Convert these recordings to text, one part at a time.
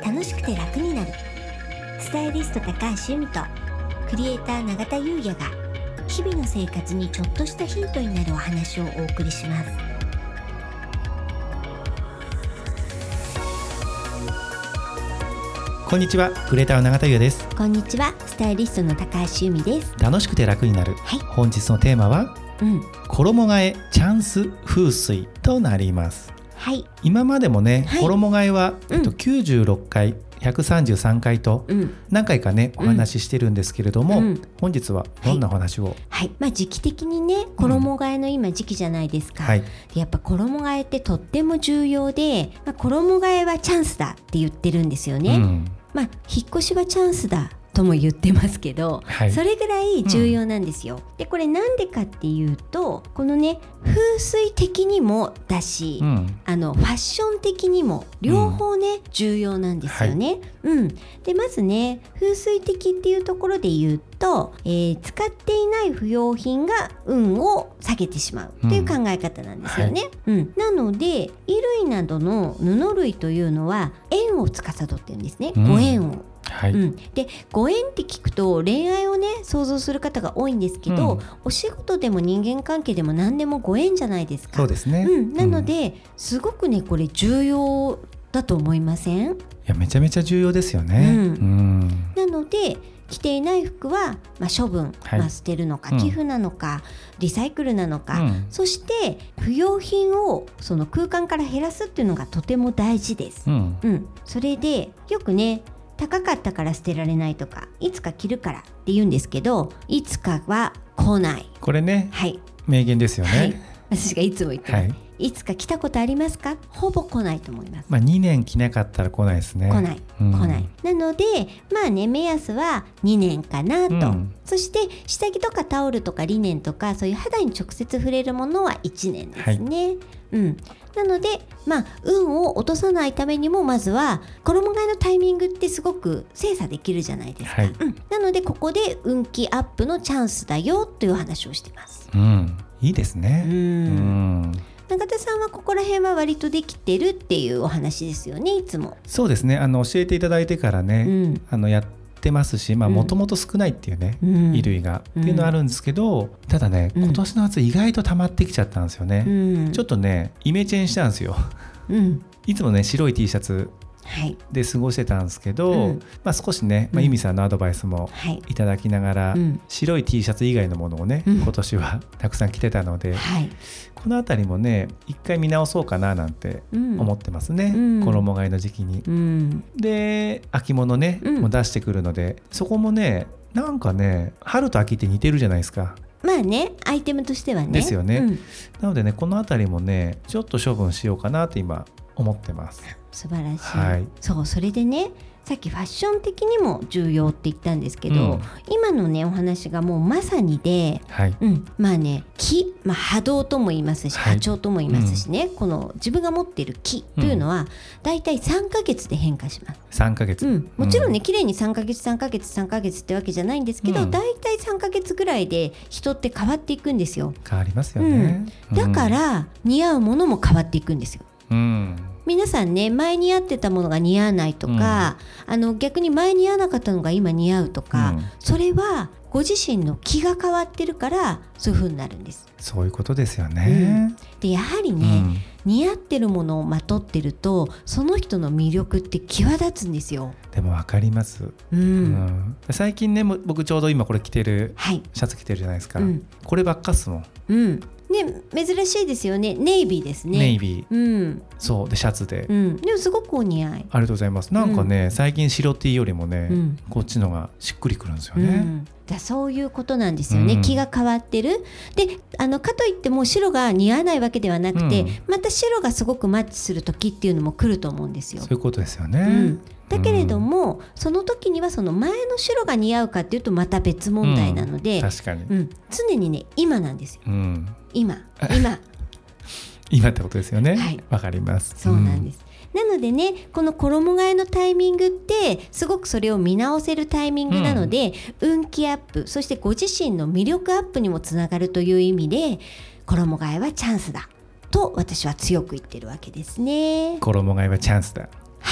楽しくて楽になる。スタイリスト高橋由美とクリエイター永田優也が日々の生活にちょっとしたヒントになるお話をお送りします。 こんにちは、クリエイターの永田優也です。 こんにちは、スタイリストの高橋由美です。 楽しくて楽になる、 はい、 本日のテーマは、衣替えチャンス風水となります。 はい、 今までもね、 はい、 衣替えは、96回133回と何回かね、お話ししてるんですけれども、本日はどんなお話を、 時期的にね、衣替えの今時期じゃないですか、でやっぱ衣替えってとっても重要で、衣替えはチャンスだって言ってるんですよね、引っ越しはチャンスだとも言ってますけど、それぐらい重要なんですよ、でこれなんでかっていうと、このね、風水的にもだし、ファッション的にも両方ね、重要なんですよね、でまずね、風水的っていうところで言うと、使っていない不要品が運を下げてしまうという考え方なんですよね、なので衣類などの布類というのは縁を司ってるんですね、ご縁を、でご縁って聞くと恋愛をね想像する方が多いんですけど、お仕事でも人間関係でも何でもご縁じゃないですか。 そうですね、 なので、すごくねこれ重要だと思いません？いや、めちゃめちゃ重要ですよね、 なので着ていない服は、処分、捨てるのか、寄付なのか、リサイクルなのか、そして不要品をその空間から減らすっていうのがとても大事です、それでよくね、高かったから捨てられないとか、いつか着るからって言うんですけど、いつかは来ない。 これね、名言ですよね、 私がいつも言ってます、いつか来たことありますか？ほぼ来ないと思います。 2年着なかったら来ないですね。 来ない、なので目安は2年かなと、そして下着とかタオルとかリネンとか、そういう肌に直接触れるものは1年ですね、なので運を落とさないためにも、まずは衣替えのタイミングってすごく精査できるじゃないですか、なのでここで運気アップのチャンスだよという話をしてます、 いいですね。 永田さんはここら辺は割とできてるっていうお話ですよね、いつも。 そうですね、教えていただいてからね、やってますし、もともと少ないっていうね、衣類がっていうのはあるんですけど、ただね、今年の夏意外と溜まってきちゃったんですよね、ちょっとねイメチェンしたんですよ、いつもね白い T シャツで過ごしてたんですけど、少しね、由美さんのアドバイスもいただきながら、白い T シャツ以外のものをね、今年はたくさん着てたので、このあたりもね一回見直そうかななんて思ってますね、衣替えの時期に、で秋物ね、もう出してくるので、そこもねなんかね、春と秋って似てるじゃないですか。 アイテムとしてはね。 ですよね、なのでね、このあたりもねちょっと処分しようかなって今思ってます。 素晴らしい、それでね、さっきファッション的にも重要って言ったんですけど、今のねお話がもうまさにで、気、波動とも言いますし、波長とも言いますしね、この自分が持っている気というのは、だいたい3ヶ月で変化します。 3ヶ月、 もちろんね、綺麗に3ヶ月ってわけじゃないんですけど、だいたい3ヶ月ぐらいで人って変わっていくんですよ。 変わりますよね、 だから似合うものも変わっていくんですよ。皆さんね、前似合ってたものが似合わないとか、逆に前似合わなかったのが今似合うとか、それはご自身の気が変わってるから、そういう風になるんです。 そういうことですよね、 でやはりね、似合ってるものをまとってると、その人の魅力って際立つんですよ。 でも分かります、最近ね、僕ちょうど今これ着てる、シャツ着てるじゃないですか、こればっかっすもん、 珍しいですよね。ネイビーですね。 ネイビー、そうでシャツで、でもすごくお似合い。 ありがとうございます。なんかね、最近白 T よりもね、こっちのがしっくりくるんですよね、 そういうことなんですよね、気が変わってる。でかといっても白が似合わないわけではなくて、また白がすごくマッチする時っていうのも来ると思うんですよ。 そういうことですよね、 だけれども、その時にはその前の白が似合うかっていうとまた別問題なので、 確かに、 常にね今なんですよ、今ってことですよね。わかります。 そうなんです、なのでね、この衣替えのタイミングってすごくそれを見直せるタイミングなので、運気アップ、そしてご自身の魅力アップにもつながるという意味で、衣替えはチャンスだと私は強く言ってるわけですね。 衣替えはチャンスだ。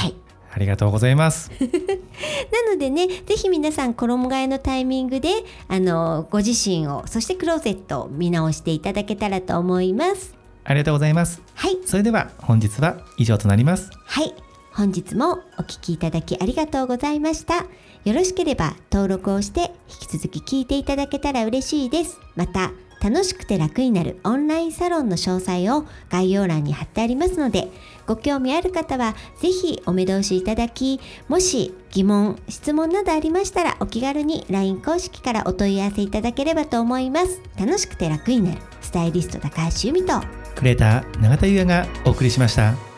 ありがとうございますなのでね、ぜひ皆さん衣替えのタイミングでご自身を、そしてクローゼットを見直していただけたらと思います。 ありがとうございます。 はい、 それでは本日は以上となります。 はい、本日もお聞きいただきありがとうございました。よろしければ登録をして引き続き聞いていただけたら嬉しいです。また楽しくて楽になるオンラインサロンの詳細を概要欄に貼ってありますので、ご興味ある方はぜひお目通しいただき、もし疑問、質問などありましたらお気軽に LINE 公式からお問い合わせいただければと思います。楽しくて楽になるスタイリスト高橋由美とクレーター永田優也がお送りしました。